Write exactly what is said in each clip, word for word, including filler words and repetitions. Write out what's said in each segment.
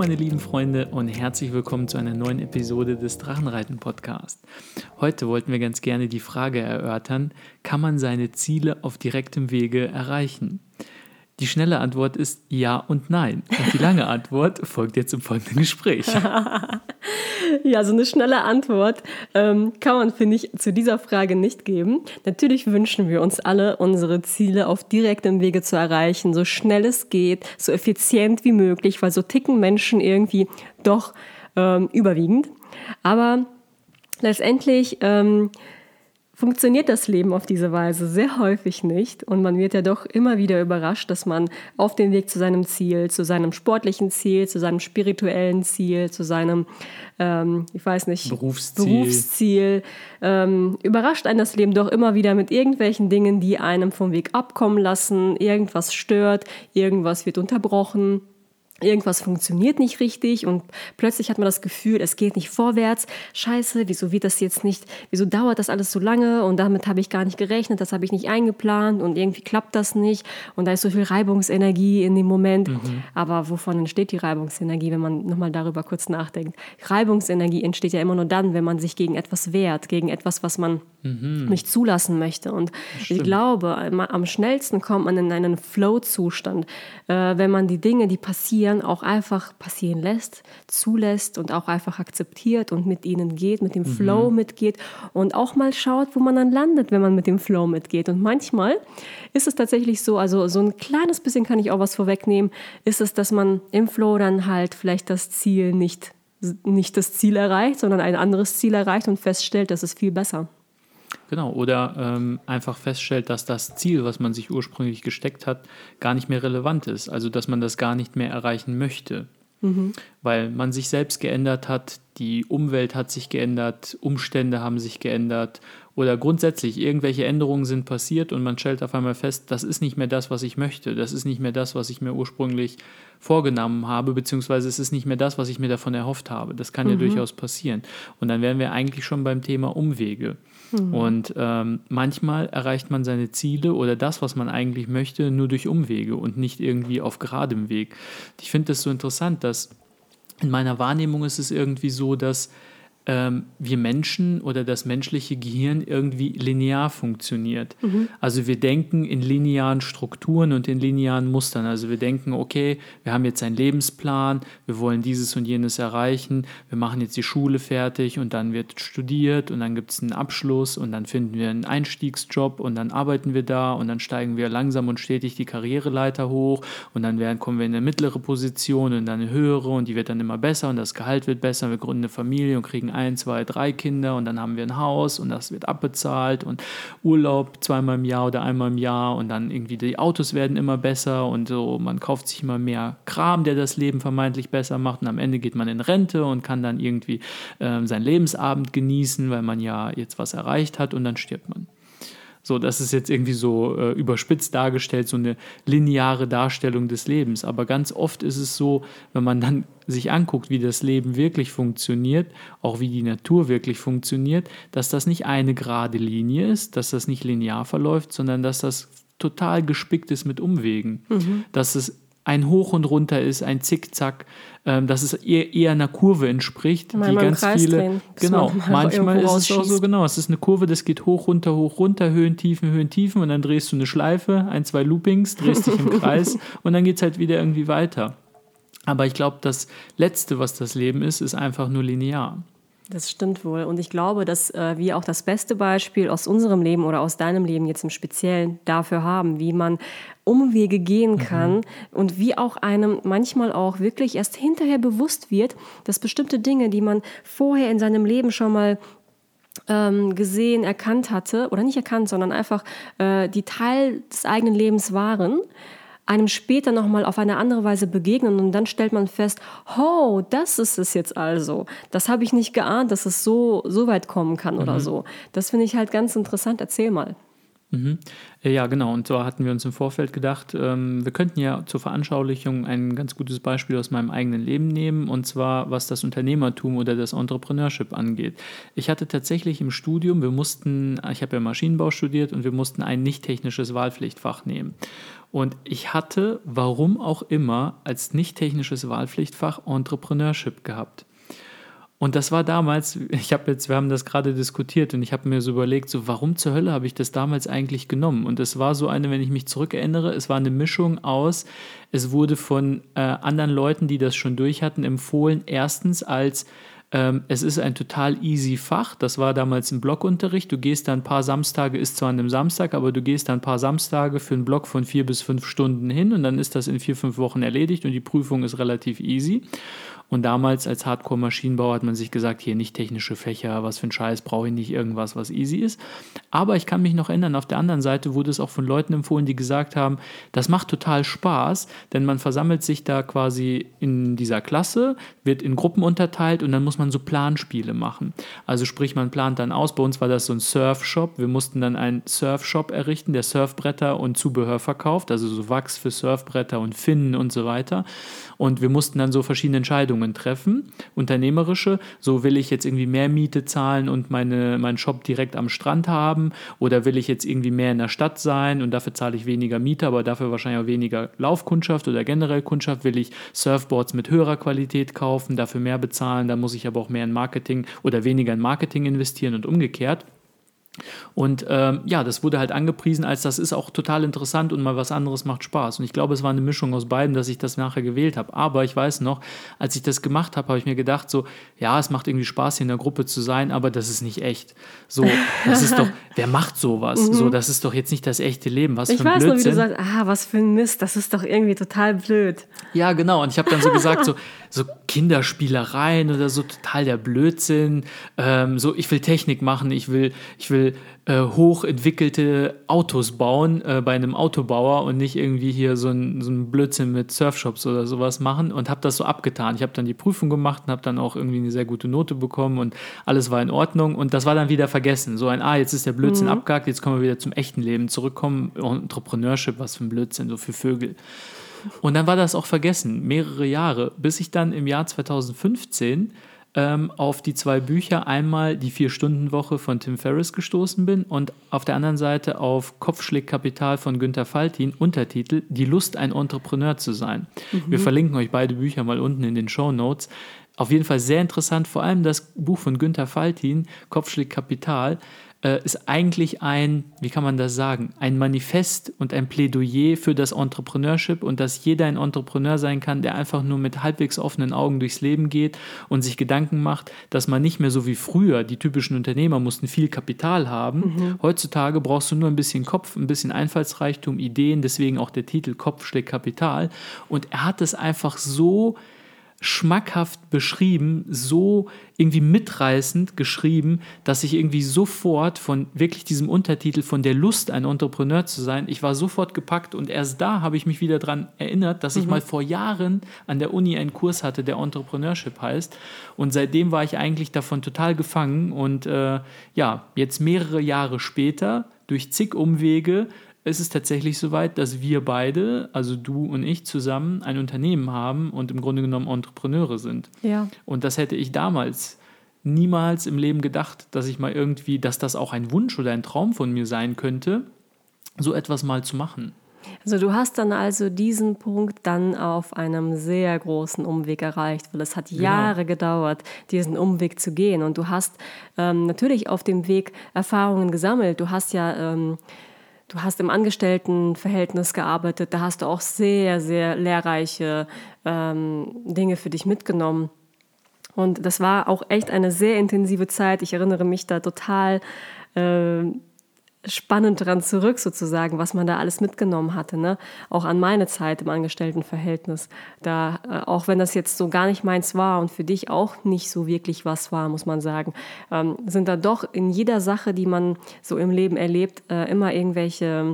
meine lieben Freunde und herzlich willkommen zu einer neuen Episode des Drachenreiten Podcast. Heute wollten wir ganz gerne die Frage erörtern, kann man seine Ziele auf direktem Wege erreichen? Die schnelle Antwort ist ja und nein. Und die lange Antwort folgt jetzt im folgenden Gespräch. Ja, so eine schnelle Antwort ähm, kann man, finde ich, zu dieser Frage nicht geben. Natürlich wünschen wir uns alle, unsere Ziele auf direktem Wege zu erreichen, so schnell es geht, so effizient wie möglich, weil so ticken Menschen irgendwie doch ähm, überwiegend. Aber letztendlich ähm, funktioniert das Leben auf diese Weise sehr häufig nicht und man wird ja doch immer wieder überrascht, dass man auf dem Weg zu seinem Ziel, zu seinem sportlichen Ziel, zu seinem spirituellen Ziel, zu seinem, ähm, ich weiß nicht, Berufsziel, Berufsziel ähm, überrascht einen das Leben doch immer wieder mit irgendwelchen Dingen, die einem vom Weg abkommen lassen, irgendwas stört, irgendwas wird unterbrochen. Irgendwas funktioniert nicht richtig und plötzlich hat man das Gefühl, es geht nicht vorwärts. Scheiße, wieso wird das jetzt nicht, wieso dauert das alles so lange und damit habe ich gar nicht gerechnet, das habe ich nicht eingeplant und irgendwie klappt das nicht und da ist so viel Reibungsenergie in dem Moment. Mhm. Aber wovon entsteht die Reibungsenergie, wenn man nochmal darüber kurz nachdenkt? Reibungsenergie entsteht ja immer nur dann, wenn man sich gegen etwas wehrt, gegen etwas, was man mhm. nicht zulassen möchte. Und ich glaube, am schnellsten kommt man in einen Flow-Zustand, äh, wenn man die Dinge, die passieren, auch einfach passieren lässt, zulässt und auch einfach akzeptiert und mit ihnen geht, mit dem mhm. Flow mitgeht und auch mal schaut, wo man dann landet, wenn man mit dem Flow mitgeht. Und manchmal ist es tatsächlich so, also so ein kleines bisschen kann ich auch was vorwegnehmen, ist es, dass man im Flow dann halt vielleicht das Ziel nicht, nicht das Ziel erreicht, sondern ein anderes Ziel erreicht und feststellt, das ist viel besser. Genau, oder ähm, einfach feststellt, dass das Ziel, was man sich ursprünglich gesteckt hat, gar nicht mehr relevant ist. Also, dass man das gar nicht mehr erreichen möchte. Mhm. Weil man sich selbst geändert hat, die Umwelt hat sich geändert, Umstände haben sich geändert oder grundsätzlich irgendwelche Änderungen sind passiert und man stellt auf einmal fest, das ist nicht mehr das, was ich möchte, das ist nicht mehr das, was ich mir ursprünglich vorgenommen habe, beziehungsweise es ist nicht mehr das, was ich mir davon erhofft habe. Das kann mhm. ja durchaus passieren. Und dann wären wir eigentlich schon beim Thema Umwege. Mhm. Und ähm, manchmal erreicht man seine Ziele oder das, was man eigentlich möchte, nur durch Umwege und nicht irgendwie auf geradem Weg. Ich finde das so interessant, dass in meiner Wahrnehmung ist es irgendwie so, dass ähm, wir Menschen oder das menschliche Gehirn irgendwie linear funktioniert. Mhm. Also wir denken in linearen Strukturen und in linearen Mustern. Also wir denken, okay, wir haben jetzt einen Lebensplan, wir wollen dieses und jenes erreichen, wir machen jetzt die Schule fertig und dann wird studiert und dann gibt es einen Abschluss und dann finden wir einen Einstiegsjob und dann arbeiten wir da und dann steigen wir langsam und stetig die Karriereleiter hoch und dann werden, kommen wir in eine mittlere Position und dann eine höhere und die wird dann immer besser und das Gehalt wird besser, wir gründen eine Familie und kriegen ein, zwei, drei Kinder und dann haben wir ein Haus und das wird abbezahlt und Urlaub zweimal im Jahr oder einmal im Jahr und dann irgendwie die Autos werden immer besser und so, man kauft sich immer mehr Kram, der das Leben vermeintlich besser macht und am Ende geht man in Rente und kann dann irgendwie äh, seinen Lebensabend genießen, weil man ja jetzt was erreicht hat und dann stirbt man. So, das ist jetzt irgendwie so äh, überspitzt dargestellt, so eine lineare Darstellung des Lebens. Aber ganz oft ist es so, wenn man dann sich anguckt, wie das Leben wirklich funktioniert, auch wie die Natur wirklich funktioniert, dass das nicht eine gerade Linie ist, dass das nicht linear verläuft, sondern dass das total gespickt ist mit Umwegen. Mhm. Dass es ein Hoch und Runter ist, ein Zickzack, ähm, dass es eher, eher einer Kurve entspricht, mal die ganz Kreis viele, drehen, genau, manchmal ist es auch so, genau, es ist eine Kurve, das geht hoch, runter, hoch, runter, Höhen, Tiefen, Höhen, Tiefen und dann drehst du eine Schleife, ein, zwei Loopings, drehst dich im Kreis und dann geht es halt wieder irgendwie weiter. Aber ich glaube, das Letzte, was das Leben ist, ist einfach nur linear. Das stimmt wohl. Und ich glaube, dass äh, wir auch das beste Beispiel aus unserem Leben oder aus deinem Leben jetzt im Speziellen dafür haben, wie man Umwege gehen kann mhm. und wie auch einem manchmal auch wirklich erst hinterher bewusst wird, dass bestimmte Dinge, die man vorher in seinem Leben schon mal ähm, gesehen, erkannt hatte, oder nicht erkannt, sondern einfach äh, die Teil des eigenen Lebens waren, einem später nochmal auf eine andere Weise begegnen und dann stellt man fest, oh, das ist es jetzt also. Das habe ich nicht geahnt, dass es so, so weit kommen kann mhm. oder so. Das finde ich halt ganz interessant. Erzähl mal. Mhm. Ja, genau. Und so hatten wir uns im Vorfeld gedacht, ähm, wir könnten ja zur Veranschaulichung ein ganz gutes Beispiel aus meinem eigenen Leben nehmen, und zwar was das Unternehmertum oder das Entrepreneurship angeht. Ich hatte tatsächlich im Studium, wir mussten, ich habe ja Maschinenbau studiert und wir mussten ein nicht technisches Wahlpflichtfach nehmen. Und ich hatte, warum auch immer, als nicht technisches Wahlpflichtfach Entrepreneurship gehabt. Und das war damals, ich habe jetzt, wir haben das gerade diskutiert und ich habe mir so überlegt, so warum zur Hölle habe ich das damals eigentlich genommen? Und es war so eine, wenn ich mich zurückerinnere, es war eine Mischung aus, es wurde von äh, anderen Leuten, die das schon durch hatten, empfohlen, erstens als ähm, es ist ein total easy Fach, das war damals ein Blockunterricht, du gehst da ein paar Samstage, ist zwar an einem Samstag, aber du gehst da ein paar Samstage für einen Block von vier bis fünf Stunden hin und dann ist das in vier, fünf Wochen erledigt und die Prüfung ist relativ easy. Und damals als Hardcore-Maschinenbauer hat man sich gesagt, hier nicht technische Fächer, was für ein Scheiß, brauche ich nicht, irgendwas, was easy ist. Aber ich kann mich noch erinnern, auf der anderen Seite wurde es auch von Leuten empfohlen, die gesagt haben, das macht total Spaß, denn man versammelt sich da quasi in dieser Klasse, wird in Gruppen unterteilt und dann muss man so Planspiele machen. Also sprich, man plant dann aus, bei uns war das so ein Surfshop, wir mussten dann einen Surfshop errichten, der Surfbretter und Zubehör verkauft, also so Wachs für Surfbretter und Finnen und so weiter. Und wir mussten dann so verschiedene Entscheidungen treffen, unternehmerische, so will ich jetzt irgendwie mehr Miete zahlen und meine, meinen Shop direkt am Strand haben oder will ich jetzt irgendwie mehr in der Stadt sein und dafür zahle ich weniger Miete, aber dafür wahrscheinlich auch weniger Laufkundschaft oder generell Kundschaft, will ich Surfboards mit höherer Qualität kaufen, dafür mehr bezahlen, da muss ich aber auch mehr in Marketing oder weniger in Marketing investieren und umgekehrt. Und ähm, ja, das wurde halt angepriesen als, das ist auch total interessant und mal was anderes macht Spaß. Und ich glaube, es war eine Mischung aus beiden, dass ich das nachher gewählt habe. Aber ich weiß noch, als ich das gemacht habe, habe ich mir gedacht so, ja, es macht irgendwie Spaß, hier in der Gruppe zu sein, aber das ist nicht echt. So, das ist doch, wer macht sowas? Mhm. So, das ist doch jetzt nicht das echte Leben. Was ich für ein weiß Blödsinn. nur, wie du sagst, ah, was für ein Mist, das ist doch irgendwie total blöd. Ja, genau. Und ich habe dann so gesagt, so, so Kinderspielereien oder so, total der Blödsinn. Ähm, so, ich will Technik machen, ich will, ich will äh, hochentwickelte Autos bauen äh, bei einem Autobauer und nicht irgendwie hier so ein, so ein Blödsinn mit Surfshops oder sowas machen, und habe das so abgetan. Ich habe dann die Prüfung gemacht und habe dann auch irgendwie eine sehr gute Note bekommen und alles war in Ordnung und das war dann wieder vergessen. So ein, ah, jetzt ist der Blödsinn mhm. abgehakt, jetzt können wir wieder zum echten Leben zurückkommen. Entrepreneurship, was für ein Blödsinn, so für Vögel. Und dann war das auch vergessen, mehrere Jahre, bis ich dann im Jahr zweitausendfünfzehn ähm, auf die zwei Bücher, einmal die Vier-Stunden-Woche von Tim Ferriss gestoßen bin und auf der anderen Seite auf Kopfschlägkapital von Günter Faltin, Untertitel Die Lust, ein Entrepreneur zu sein. Mhm. Wir verlinken euch beide Bücher mal unten in den Shownotes. Auf jeden Fall sehr interessant, vor allem das Buch von Günter Faltin, Kopfschlägkapital, ist eigentlich ein, wie kann man das sagen, ein Manifest und ein Plädoyer für das Entrepreneurship und dass jeder ein Entrepreneur sein kann, der einfach nur mit halbwegs offenen Augen durchs Leben geht und sich Gedanken macht, dass man nicht mehr so wie früher, die typischen Unternehmer mussten viel Kapital haben. Mhm. Heutzutage brauchst du nur ein bisschen Kopf, ein bisschen Einfallsreichtum, Ideen, deswegen auch der Titel Kopf schlägt Kapital. Und er hat es einfach so schmackhaft beschrieben, so irgendwie mitreißend geschrieben, dass ich irgendwie sofort von wirklich diesem Untertitel von der Lust, ein Entrepreneur zu sein, ich war sofort gepackt und erst da habe ich mich wieder daran erinnert, dass ich mhm. mal vor Jahren an der Uni einen Kurs hatte, der Entrepreneurship heißt, und seitdem war ich eigentlich davon total gefangen und äh, ja, jetzt mehrere Jahre später, durch zig Umwege, es ist tatsächlich soweit, dass wir beide, also du und ich zusammen, ein Unternehmen haben und im Grunde genommen Entrepreneure sind. Ja. Und das hätte ich damals niemals im Leben gedacht, dass ich mal irgendwie, dass das auch ein Wunsch oder ein Traum von mir sein könnte, so etwas mal zu machen. Also du hast dann also diesen Punkt dann auf einem sehr großen Umweg erreicht, weil es hat genau. Jahre gedauert, diesen Umweg zu gehen. Und du hast ähm, natürlich auf dem Weg Erfahrungen gesammelt. Du hast ja... Ähm, Du hast im Angestelltenverhältnis gearbeitet, da hast du auch sehr, sehr lehrreiche ähm, Dinge für dich mitgenommen. Und das war auch echt eine sehr intensive Zeit. Ich erinnere mich da total äh, spannend dran zurück, sozusagen, was man da alles mitgenommen hatte, ne? Auch an meine Zeit im Angestelltenverhältnis. Da, äh, auch wenn das jetzt so gar nicht meins war und für dich auch nicht so wirklich was war, muss man sagen, ähm, sind da doch in jeder Sache, die man so im Leben erlebt, äh, immer irgendwelche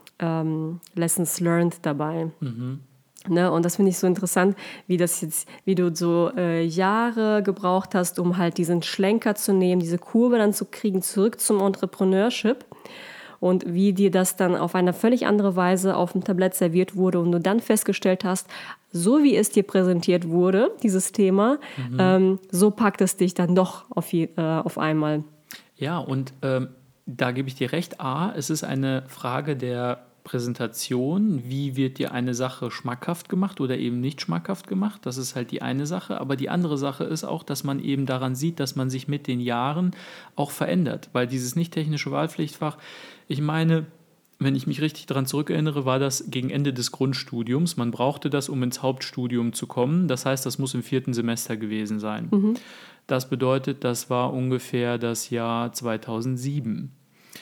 ähm, Lessons learned dabei. Mhm. Ne, und das finde ich so interessant, wie das jetzt, wie du so äh, Jahre gebraucht hast, um halt diesen Schlenker zu nehmen, diese Kurve dann zu kriegen, zurück zum Entrepreneurship. und wie dir das dann auf eine völlig andere Weise auf dem Tablett serviert wurde und du dann festgestellt hast, so wie es dir präsentiert wurde, dieses Thema, mhm. ähm, so packt es dich dann doch auf, je, äh, auf einmal. Ja, und ähm, da gebe ich dir recht. A, es ist eine Frage der Präsentation, wie wird dir eine Sache schmackhaft gemacht oder eben nicht schmackhaft gemacht. Das ist halt die eine Sache. Aber die andere Sache ist auch, dass man eben daran sieht, dass man sich mit den Jahren auch verändert. Weil dieses nicht technische Wahlpflichtfach, ich meine, wenn ich mich richtig daran zurückerinnere, war das gegen Ende des Grundstudiums. Man brauchte das, um ins Hauptstudium zu kommen. Das heißt, das muss im vierten Semester gewesen sein. Mhm. Das bedeutet, das war ungefähr das Jahr zweitausendsieben.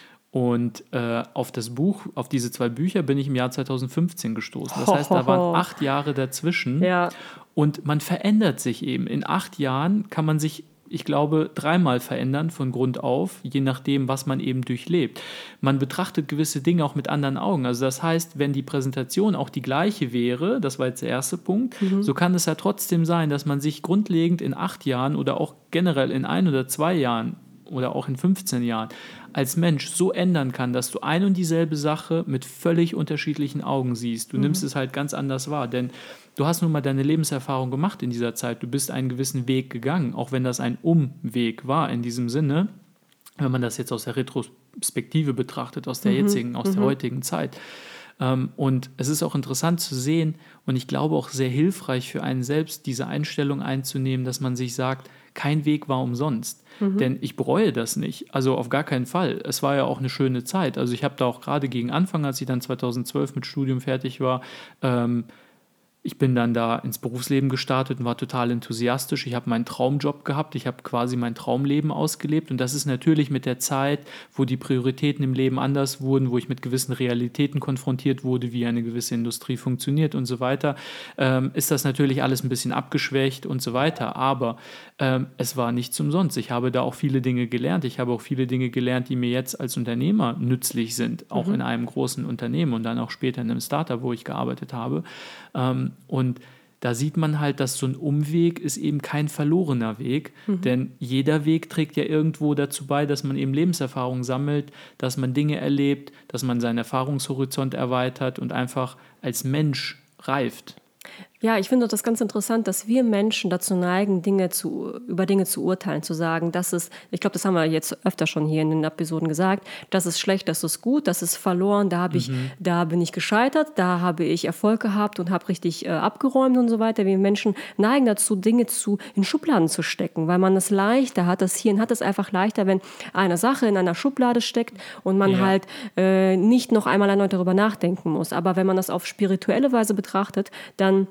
Und äh, auf das Buch, auf diese zwei Bücher bin ich im Jahr zweitausendfünfzehn gestoßen. Das heißt, da waren acht Jahre dazwischen. Ja. Und man verändert sich eben. In acht Jahren kann man sich, ich glaube, dreimal verändern von Grund auf, je nachdem, was man eben durchlebt. Man betrachtet gewisse Dinge auch mit anderen Augen. Also das heißt, wenn die Präsentation auch die gleiche wäre, das war jetzt der erste Punkt, mhm. so kann es ja trotzdem sein, dass man sich grundlegend in acht Jahren oder auch generell in ein oder zwei Jahren oder auch in fünfzehn Jahren als Mensch so ändern kann, dass du ein und dieselbe Sache mit völlig unterschiedlichen Augen siehst. Du mhm. nimmst es halt ganz anders wahr, denn du hast nun mal deine Lebenserfahrung gemacht in dieser Zeit. Du bist einen gewissen Weg gegangen, auch wenn das ein Umweg war in diesem Sinne, wenn man das jetzt aus der Retrospektive betrachtet, aus der mhm. jetzigen, aus mhm. der heutigen Zeit. Und es ist auch interessant zu sehen und ich glaube auch sehr hilfreich für einen selbst, diese Einstellung einzunehmen, dass man sich sagt, kein Weg war umsonst. Mhm. Denn ich bereue das nicht. Also auf gar keinen Fall. Es war ja auch eine schöne Zeit. Also ich habe da auch gerade gegen Anfang, als ich dann zweitausendzwölf mit Studium fertig war, ähm, ich bin dann da ins Berufsleben gestartet und war total enthusiastisch. Ich habe meinen Traumjob gehabt, ich habe quasi mein Traumleben ausgelebt und das ist natürlich mit der Zeit, wo die Prioritäten im Leben anders wurden, wo ich mit gewissen Realitäten konfrontiert wurde, wie eine gewisse Industrie funktioniert und so weiter, ähm, ist das natürlich alles ein bisschen abgeschwächt und so weiter. Aber ähm, es war nichts umsonst. Ich habe da auch viele Dinge gelernt. Ich habe auch viele Dinge gelernt, die mir jetzt als Unternehmer nützlich sind, auch mhm. in einem großen Unternehmen und dann auch später in einem Startup, wo ich gearbeitet habe. Ähm, Und da sieht man halt, dass so ein Umweg ist eben kein verlorener Weg, mhm. denn jeder Weg trägt ja irgendwo dazu bei, dass man eben Lebenserfahrung sammelt, dass man Dinge erlebt, dass man seinen Erfahrungshorizont erweitert und einfach als Mensch reift. Ja, ich finde das ganz interessant, dass wir Menschen dazu neigen, Dinge zu, über Dinge zu urteilen, zu sagen, das ist, ich glaube, das haben wir jetzt öfter schon hier in den Episoden gesagt, das ist schlecht, das ist gut, das ist verloren, da habe ich, mhm. da bin ich gescheitert, da habe ich Erfolg gehabt und habe richtig äh, abgeräumt und so weiter. Wir Menschen neigen dazu, Dinge zu, in Schubladen zu stecken, weil man es leichter hat, das Hirn hat es einfach leichter, wenn eine Sache in einer Schublade steckt und man ja. halt äh, nicht noch einmal erneut darüber nachdenken muss. Aber wenn man das auf spirituelle Weise betrachtet, dann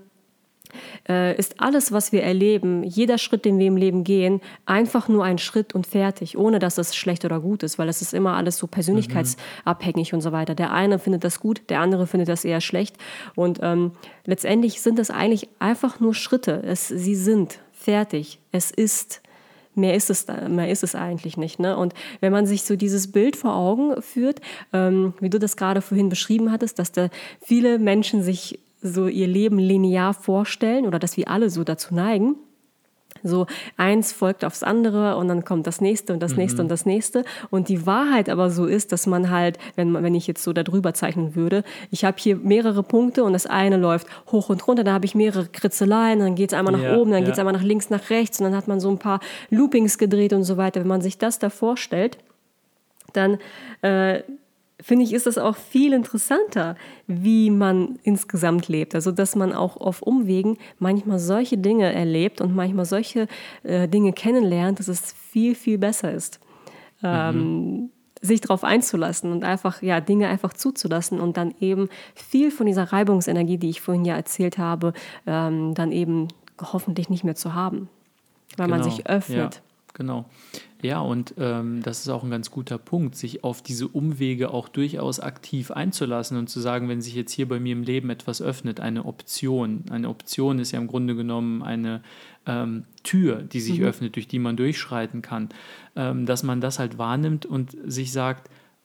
äh, ist alles, was wir erleben, jeder Schritt, den wir im Leben gehen, einfach nur ein Schritt und fertig, ohne dass es schlecht oder gut ist, weil es ist immer alles so persönlichkeitsabhängig mhm. und so weiter. Der eine findet das gut, der andere findet das eher schlecht und ähm, letztendlich sind es eigentlich einfach nur Schritte. Es, sie sind fertig, es ist Mehr ist es, mehr ist es eigentlich nicht. Ne? Und wenn man sich so dieses Bild vor Augen führt, ähm, wie du das gerade vorhin beschrieben hattest, dass da viele Menschen sich so ihr Leben linear vorstellen oder dass wir alle so dazu neigen, so eins folgt aufs andere und dann kommt das nächste und das nächste mhm. und das nächste. Und die Wahrheit aber so ist, dass man halt, wenn, wenn ich jetzt so darüber zeichnen würde, ich habe hier mehrere Punkte und das eine läuft hoch und runter, da habe ich mehrere Kritzeleien, dann geht es einmal nach ja, oben, dann ja. geht es einmal nach links, nach rechts und dann hat man so ein paar Loopings gedreht und so weiter. Wenn man sich das da vorstellt, dann äh, finde ich, ist das auch viel interessanter, wie man insgesamt lebt. Also, dass man auch auf Umwegen manchmal solche Dinge erlebt und manchmal solche äh, Dinge kennenlernt, dass es viel, viel besser ist, ähm, mhm. sich darauf einzulassen und einfach, ja, Dinge einfach zuzulassen und dann eben viel von dieser Reibungsenergie, die ich vorhin ja erzählt habe, ähm, dann eben hoffentlich nicht mehr zu haben, weil genau. man sich öffnet. Ja, genau. Ja, und ähm, das ist auch ein ganz guter Punkt, sich auf diese Umwege auch durchaus aktiv einzulassen und zu sagen, wenn sich jetzt hier bei mir im Leben etwas öffnet, eine Option. Eine Option ist ja im Grunde genommen eine ähm, Tür, die sich mhm. öffnet, durch die man durchschreiten kann, ähm, dass man das halt wahrnimmt und sich sagt,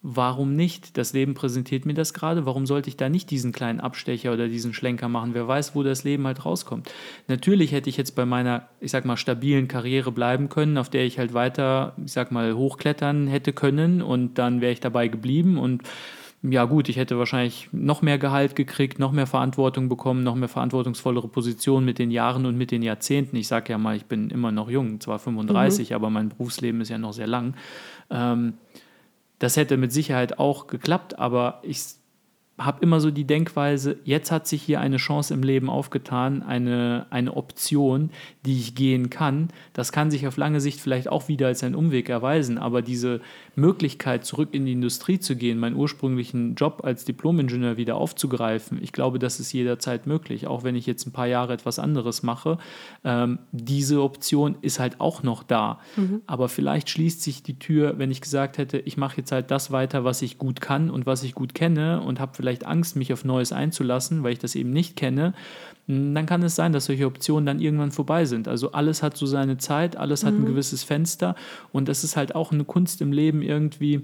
warum nicht? Das Leben präsentiert mir das gerade. Warum sollte ich da nicht diesen kleinen Abstecher oder diesen Schlenker machen? Wer weiß, wo das Leben halt rauskommt. Natürlich hätte ich jetzt bei meiner, ich sag mal, stabilen Karriere bleiben können, auf der ich halt weiter, ich sag mal, hochklettern hätte können und dann wäre ich dabei geblieben und ja gut, ich hätte wahrscheinlich noch mehr Gehalt gekriegt, noch mehr Verantwortung bekommen, noch mehr verantwortungsvollere Positionen mit den Jahren und mit den Jahrzehnten. Ich sage ja mal, ich bin immer noch jung, zwar fünfunddreißig, mhm. aber mein Berufsleben ist ja noch sehr lang. Ähm, das hätte mit Sicherheit auch geklappt, aber ich habe immer so die Denkweise, jetzt hat sich hier eine Chance im Leben aufgetan, eine, eine Option, die ich gehen kann. Das kann sich auf lange Sicht vielleicht auch wieder als ein Umweg erweisen, aber diese Möglichkeit, zurück in die Industrie zu gehen, meinen ursprünglichen Job als Diplom-Ingenieur wieder aufzugreifen, ich glaube, das ist jederzeit möglich, auch wenn ich jetzt ein paar Jahre etwas anderes mache. Ähm, diese Option ist halt auch noch da. Mhm. Aber vielleicht schließt sich die Tür, wenn ich gesagt hätte, ich mache jetzt halt das weiter, was ich gut kann und was ich gut kenne und habe vielleicht Angst, mich auf Neues einzulassen, weil ich das eben nicht kenne, dann kann es sein, dass solche Optionen dann irgendwann vorbei sind. Also alles hat so seine Zeit, alles hat mhm. ein gewisses Fenster und das ist halt auch eine Kunst im Leben, irgendwie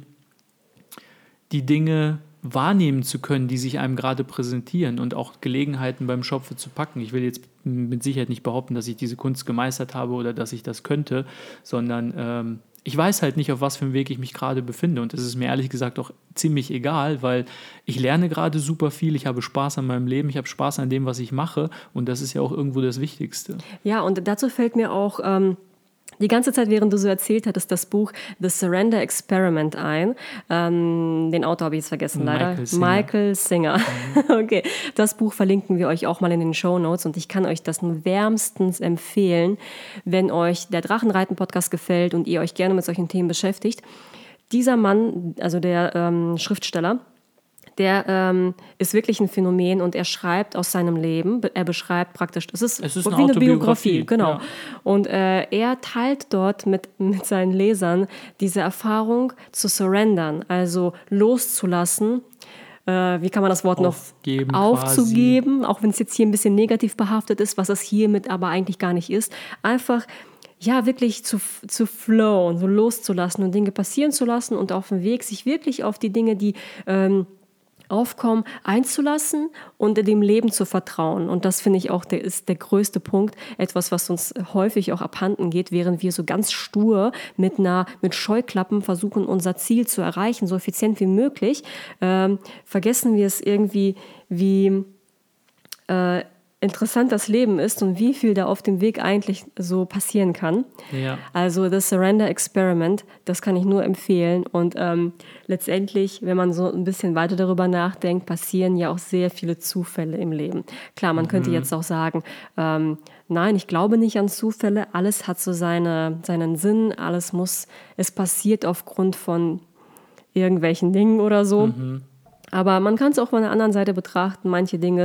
die Dinge wahrnehmen zu können, die sich einem gerade präsentieren und auch Gelegenheiten beim Schopfe zu packen. Ich will jetzt mit Sicherheit nicht behaupten, dass ich diese Kunst gemeistert habe oder dass ich das könnte, sondern ähm, ich weiß halt nicht, auf was für einem Weg ich mich gerade befinde und es ist mir ehrlich gesagt auch ziemlich egal, weil ich lerne gerade super viel, ich habe Spaß an meinem Leben, ich habe Spaß an dem, was ich mache und das ist ja auch irgendwo das Wichtigste. Ja, und dazu fällt mir auch ähm die ganze Zeit, während du so erzählt hattest, das Buch The Surrender Experiment ein. Ähm, den Autor habe ich jetzt vergessen, leider. Michael Singer. Michael Singer. Mhm. Okay, das Buch verlinken wir euch auch mal in den Shownotes und ich kann euch das nur wärmstens empfehlen, wenn euch der Drachenreiten-Podcast gefällt und ihr euch gerne mit solchen Themen beschäftigt. Dieser Mann, also der ähm, Schriftsteller, der ähm, ist wirklich ein Phänomen und er schreibt aus seinem Leben, er beschreibt praktisch, es ist, es ist wie eine, eine Biografie, genau. Ja. Und äh, er teilt dort mit, mit seinen Lesern diese Erfahrung zu surrendern, also loszulassen, äh, wie kann man das Wort Aufgeben noch aufzugeben, quasi. Auch wenn es jetzt hier ein bisschen negativ behaftet ist, was es hiermit aber eigentlich gar nicht ist, einfach ja, wirklich zu, zu flowen, so loszulassen und Dinge passieren zu lassen und auf dem Weg sich wirklich auf die Dinge, die ähm, aufkommen, einzulassen und dem Leben zu vertrauen. Und das finde ich auch, der ist der größte Punkt, etwas, was uns häufig auch abhanden geht, während wir so ganz stur mit einer, mit Scheuklappen versuchen, unser Ziel zu erreichen, so effizient wie möglich, ähm, vergessen wir es irgendwie, wie äh, interessant das Leben ist und wie viel da auf dem Weg eigentlich so passieren kann. Ja. Also das Surrender Experiment, das kann ich nur empfehlen. Und ähm, letztendlich, wenn man so ein bisschen weiter darüber nachdenkt, passieren ja auch sehr viele Zufälle im Leben. Klar, man mhm. könnte jetzt auch sagen, ähm, nein, ich glaube nicht an Zufälle. Alles hat so seine, seinen Sinn. Alles muss, es passiert aufgrund von irgendwelchen Dingen oder so. Mhm. Aber man kann es auch von der anderen Seite betrachten. Manche Dinge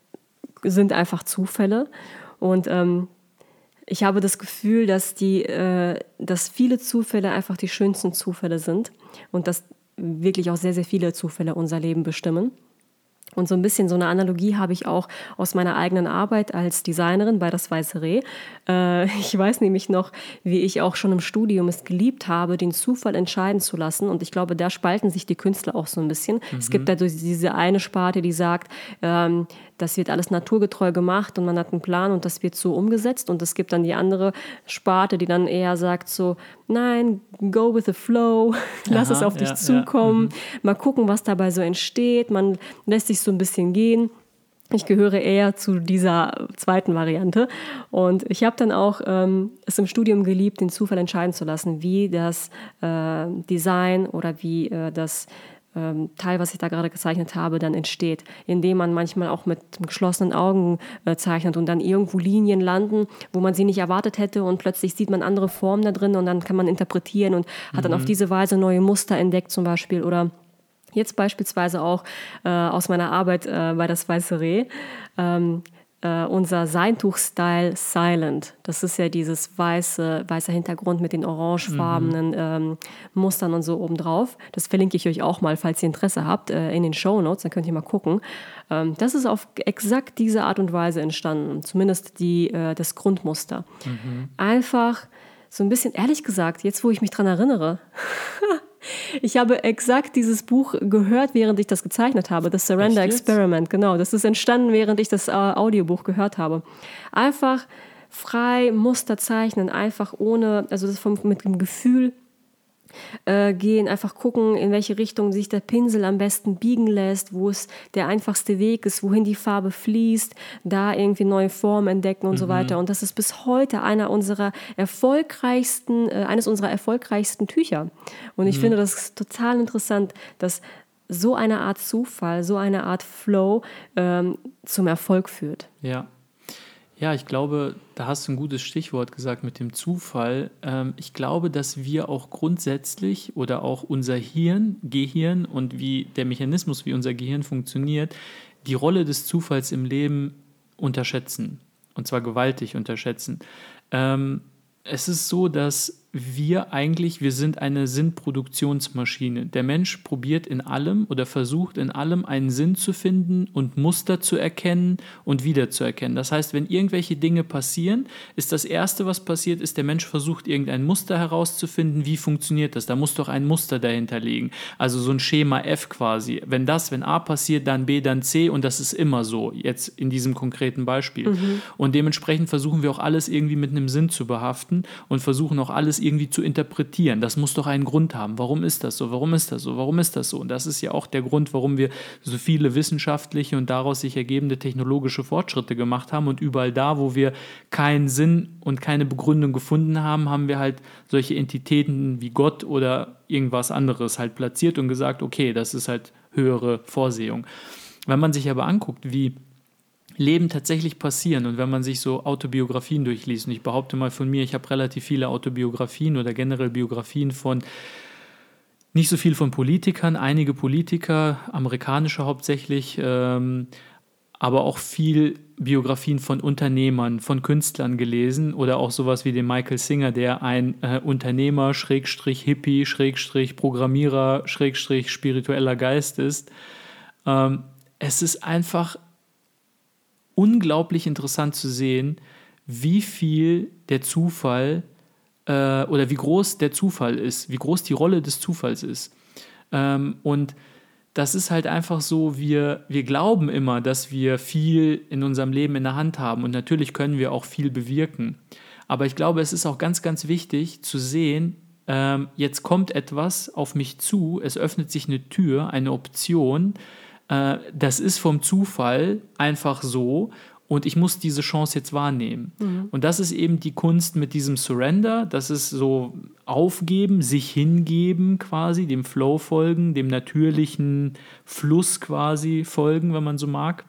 sind einfach Zufälle und ähm, ich habe das Gefühl, dass, die, äh, dass viele Zufälle einfach die schönsten Zufälle sind und dass wirklich auch sehr, sehr viele Zufälle unser Leben bestimmen. Und so ein bisschen so eine Analogie habe ich auch aus meiner eigenen Arbeit als Designerin bei Das Weiße Reh. Äh, ich weiß nämlich noch, wie ich auch schon im Studium es geliebt habe, den Zufall entscheiden zu lassen. Und ich glaube, da spalten sich die Künstler auch so ein bisschen. Mhm. Es gibt da diese eine Sparte, die sagt, ähm, das wird alles naturgetreu gemacht und man hat einen Plan und das wird so umgesetzt. Und es gibt dann die andere Sparte, die dann eher sagt so, nein, go with the flow, lass Aha, es auf dich ja, zukommen, ja. mal gucken, was dabei so entsteht. Man lässt sich so ein bisschen gehen. Ich gehöre eher zu dieser zweiten Variante. Und ich habe dann auch ähm, es im Studium geliebt, den Zufall entscheiden zu lassen, wie das äh, Design oder wie äh, das ähm, Teil, was ich da gerade gezeichnet habe, dann entsteht. Indem man manchmal auch mit geschlossenen Augen äh, zeichnet und dann irgendwo Linien landen, wo man sie nicht erwartet hätte und plötzlich sieht man andere Formen da drin und dann kann man interpretieren und hat mhm. dann auf diese Weise neue Muster entdeckt zum Beispiel oder jetzt beispielsweise auch äh, aus meiner Arbeit äh, bei Das Weiße Reh, ähm, äh, unser Seintuch-Style Silent. Das ist ja dieses weiße, weißer Hintergrund mit den orangefarbenen mhm. ähm, Mustern und so obendrauf. Das verlinke ich euch auch mal, falls ihr Interesse habt, äh, in den Shownotes, dann könnt ihr mal gucken. Ähm, das ist auf exakt diese Art und Weise entstanden, zumindest die, äh, das Grundmuster. Mhm. Einfach so ein bisschen, ehrlich gesagt, jetzt wo ich mich dran erinnere, Ich habe exakt dieses Buch gehört, während ich das gezeichnet habe, das Surrender Experiment, genau. Das ist entstanden, während ich das äh, Audiobuch gehört habe. Einfach frei Muster zeichnen, einfach ohne, also das vom, mit dem Gefühl äh, gehen, einfach gucken, in welche Richtung sich der Pinsel am besten biegen lässt, wo es der einfachste Weg ist, wohin die Farbe fließt, da irgendwie neue Formen entdecken und mhm. so weiter. Und das ist bis heute einer unserer erfolgreichsten, äh, eines unserer erfolgreichsten Tücher. Und ich mhm. finde das total interessant, dass so eine Art Zufall, so eine Art Flow ähm, zum Erfolg führt. Ja. Ja, ich glaube, da hast du ein gutes Stichwort gesagt mit dem Zufall. Ähm, ich glaube, dass wir auch grundsätzlich oder auch unser Hirn, Gehirn und wie der Mechanismus, wie unser Gehirn funktioniert, die Rolle des Zufalls im Leben unterschätzen. Und zwar gewaltig unterschätzen. Ähm, es ist so, dass wir eigentlich, wir sind eine Sinnproduktionsmaschine. Der Mensch probiert in allem oder versucht in allem einen Sinn zu finden und Muster zu erkennen und wiederzuerkennen. Das heißt, wenn irgendwelche Dinge passieren, ist das Erste, was passiert, ist, der Mensch versucht, irgendein Muster herauszufinden. Wie funktioniert das? Da muss doch ein Muster dahinter liegen. Also so ein Schema F quasi. Wenn das, wenn A passiert, dann B, dann C und das ist immer so, jetzt in diesem konkreten Beispiel. Mhm. Und dementsprechend versuchen wir auch alles irgendwie mit einem Sinn zu behaften und versuchen auch alles irgendwie zu interpretieren. Das muss doch einen Grund haben. Warum ist das so? Warum ist das so? Warum ist das so? Und das ist ja auch der Grund, warum wir so viele wissenschaftliche und daraus sich ergebende technologische Fortschritte gemacht haben. Und überall da, wo wir keinen Sinn und keine Begründung gefunden haben, haben wir halt solche Entitäten wie Gott oder irgendwas anderes halt platziert und gesagt, okay, das ist halt höhere Vorsehung. Wenn man sich aber anguckt, wie Leben tatsächlich passieren und wenn man sich so Autobiografien durchliest, und ich behaupte mal von mir, ich habe relativ viele Autobiografien oder generell Biografien von, nicht so viel von Politikern, einige Politiker, amerikanische hauptsächlich, ähm, aber auch viel Biografien von Unternehmern, von Künstlern gelesen oder auch sowas wie den Michael Singer, der ein äh, Unternehmer, Schrägstrich Hippie, Schrägstrich Programmierer, Schrägstrich spiritueller Geist ist. Ähm, es ist einfach unglaublich interessant zu sehen, wie viel der Zufall äh, oder wie groß der Zufall ist, wie groß die Rolle des Zufalls ist. Ähm, und das ist halt einfach so, wir, wir glauben immer, dass wir viel in unserem Leben in der Hand haben und natürlich können wir auch viel bewirken. Aber ich glaube, es ist auch ganz, ganz wichtig zu sehen, ähm, jetzt kommt etwas auf mich zu, es öffnet sich eine Tür, eine Option. Das ist vom Zufall einfach so und ich muss diese Chance jetzt wahrnehmen. Mhm. Und das ist eben die Kunst mit diesem Surrender, das ist so aufgeben, sich hingeben quasi, dem Flow folgen, dem natürlichen Fluss quasi folgen, wenn man so mag.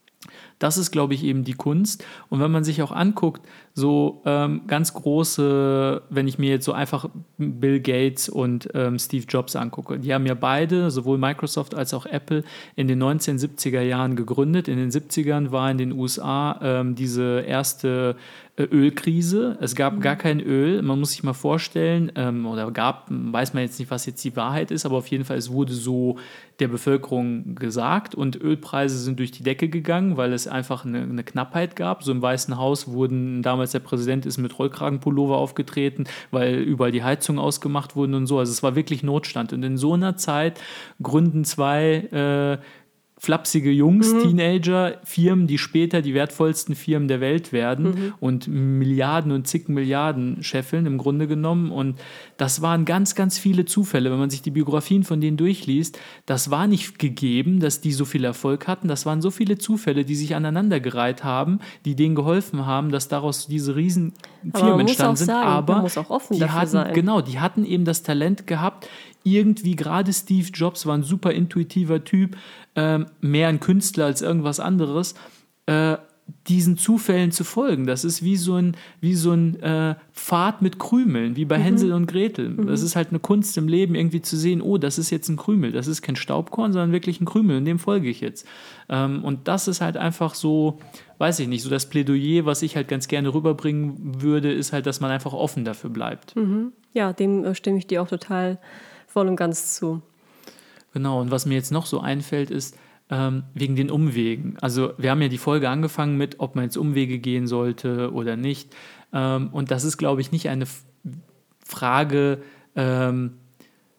Das ist, glaube ich, eben die Kunst. Und wenn man sich auch anguckt, so ähm, ganz große, wenn ich mir jetzt so einfach Bill Gates und ähm, Steve Jobs angucke, die haben ja beide, sowohl Microsoft als auch Apple, in den neunzehnhundertsiebziger Jahren gegründet. In den siebzigern war in den U S A ähm, diese erste äh, Ölkrise. Es gab mhm. gar kein Öl. Man muss sich mal vorstellen, ähm, oder gab, weiß man jetzt nicht, was jetzt die Wahrheit ist, aber auf jeden Fall, es wurde so der Bevölkerung gesagt und Ölpreise sind durch die Decke gegangen, weil es einfach eine, eine Knappheit gab. So im Weißen Haus wurden damals, der Präsident ist mit Rollkragenpullover aufgetreten, weil überall die Heizungen ausgemacht wurden und so. Also es war wirklich Notstand. Und in so einer Zeit gründen zwei äh, flapsige Jungs, mhm. Teenager, Firmen, die später die wertvollsten Firmen der Welt werden mhm. und Milliarden und zig Milliarden scheffeln im Grunde genommen. Und das waren ganz, ganz viele Zufälle. Wenn man sich die Biografien von denen durchliest, das war nicht gegeben, dass die so viel Erfolg hatten. Das waren so viele Zufälle, die sich aneinandergereiht haben, die denen geholfen haben, dass daraus diese riesen Firmen entstanden sind. Sagen, aber man muss auch offen die dafür hatten, sein. Genau, die hatten eben das Talent gehabt, irgendwie, gerade Steve Jobs war ein super intuitiver Typ, ähm, mehr ein Künstler als irgendwas anderes, äh, diesen Zufällen zu folgen. Das ist wie so ein, wie so ein äh, Pfad mit Krümeln, wie bei mhm. Hänsel und Gretel. Mhm. Das ist halt eine Kunst im Leben, irgendwie zu sehen, oh, das ist jetzt ein Krümel, das ist kein Staubkorn, sondern wirklich ein Krümel und dem folge ich jetzt. Ähm, und das ist halt einfach so, weiß ich nicht, so das Plädoyer, was ich halt ganz gerne rüberbringen würde, ist halt, dass man einfach offen dafür bleibt. Mhm. Ja, dem äh, stimme ich dir auch total voll und ganz zu. Genau, und was mir jetzt noch so einfällt, ist ähm, wegen den Umwegen. Also wir haben ja die Folge angefangen mit, ob man jetzt Umwege gehen sollte oder nicht. Ähm, und das ist, glaube ich, nicht eine F- Frage, ähm,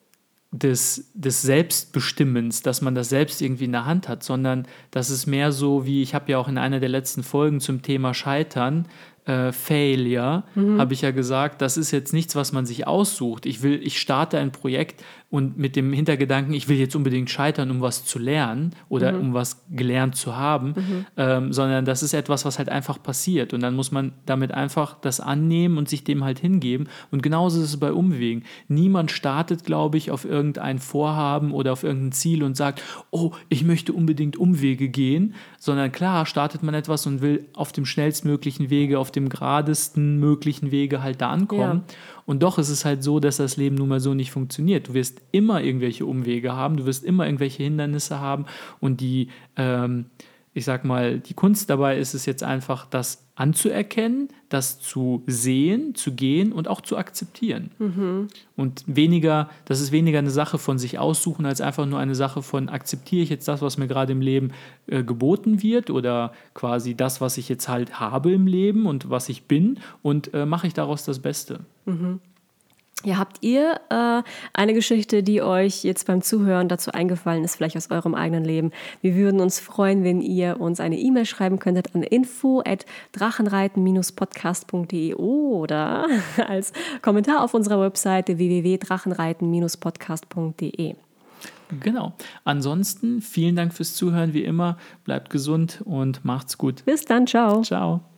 des, des Selbstbestimmens, dass man das selbst irgendwie in der Hand hat, sondern das ist mehr so wie, ich habe ja auch in einer der letzten Folgen zum Thema Scheitern, äh, Failure, mhm. habe ich ja gesagt, das ist jetzt nichts, was man sich aussucht. Ich will, ich starte ein Projekt und mit dem Hintergedanken, ich will jetzt unbedingt scheitern, um was zu lernen oder mhm. um was gelernt zu haben, mhm. ähm, sondern das ist etwas, was halt einfach passiert und dann muss man damit einfach das annehmen und sich dem halt hingeben und genauso ist es bei Umwegen. Niemand startet, glaube ich, auf irgendein Vorhaben oder auf irgendein Ziel und sagt, oh, ich möchte unbedingt Umwege gehen, sondern klar startet man etwas und will auf dem schnellstmöglichen Wege, auf dem geradesten möglichen Wege halt da ankommen. Ja. Und doch ist es halt so, dass das Leben nun mal so nicht funktioniert. Du wirst immer irgendwelche Umwege haben, du wirst immer irgendwelche Hindernisse haben und die, ähm, ich sag mal, die Kunst dabei ist es jetzt einfach, das anzuerkennen, das zu sehen, zu gehen und auch zu akzeptieren. Mhm. Und weniger, das ist weniger eine Sache von sich aussuchen, als einfach nur eine Sache von, akzeptiere ich jetzt das, was mir gerade im Leben äh, geboten wird oder quasi das, was ich jetzt halt habe im Leben und was ich bin und äh, mache ich daraus das Beste. Mhm. Ja, habt ihr äh, eine Geschichte, die euch jetzt beim Zuhören dazu eingefallen ist, vielleicht aus eurem eigenen Leben? Wir würden uns freuen, wenn ihr uns eine E-Mail schreiben könntet an info at drachenreiten Bindestrich podcast punkt de oder als Kommentar auf unserer Webseite w w w punkt drachenreiten Bindestrich podcast punkt de. Genau. Ansonsten vielen Dank fürs Zuhören, wie immer. Bleibt gesund und macht's gut. Bis dann, ciao. Ciao.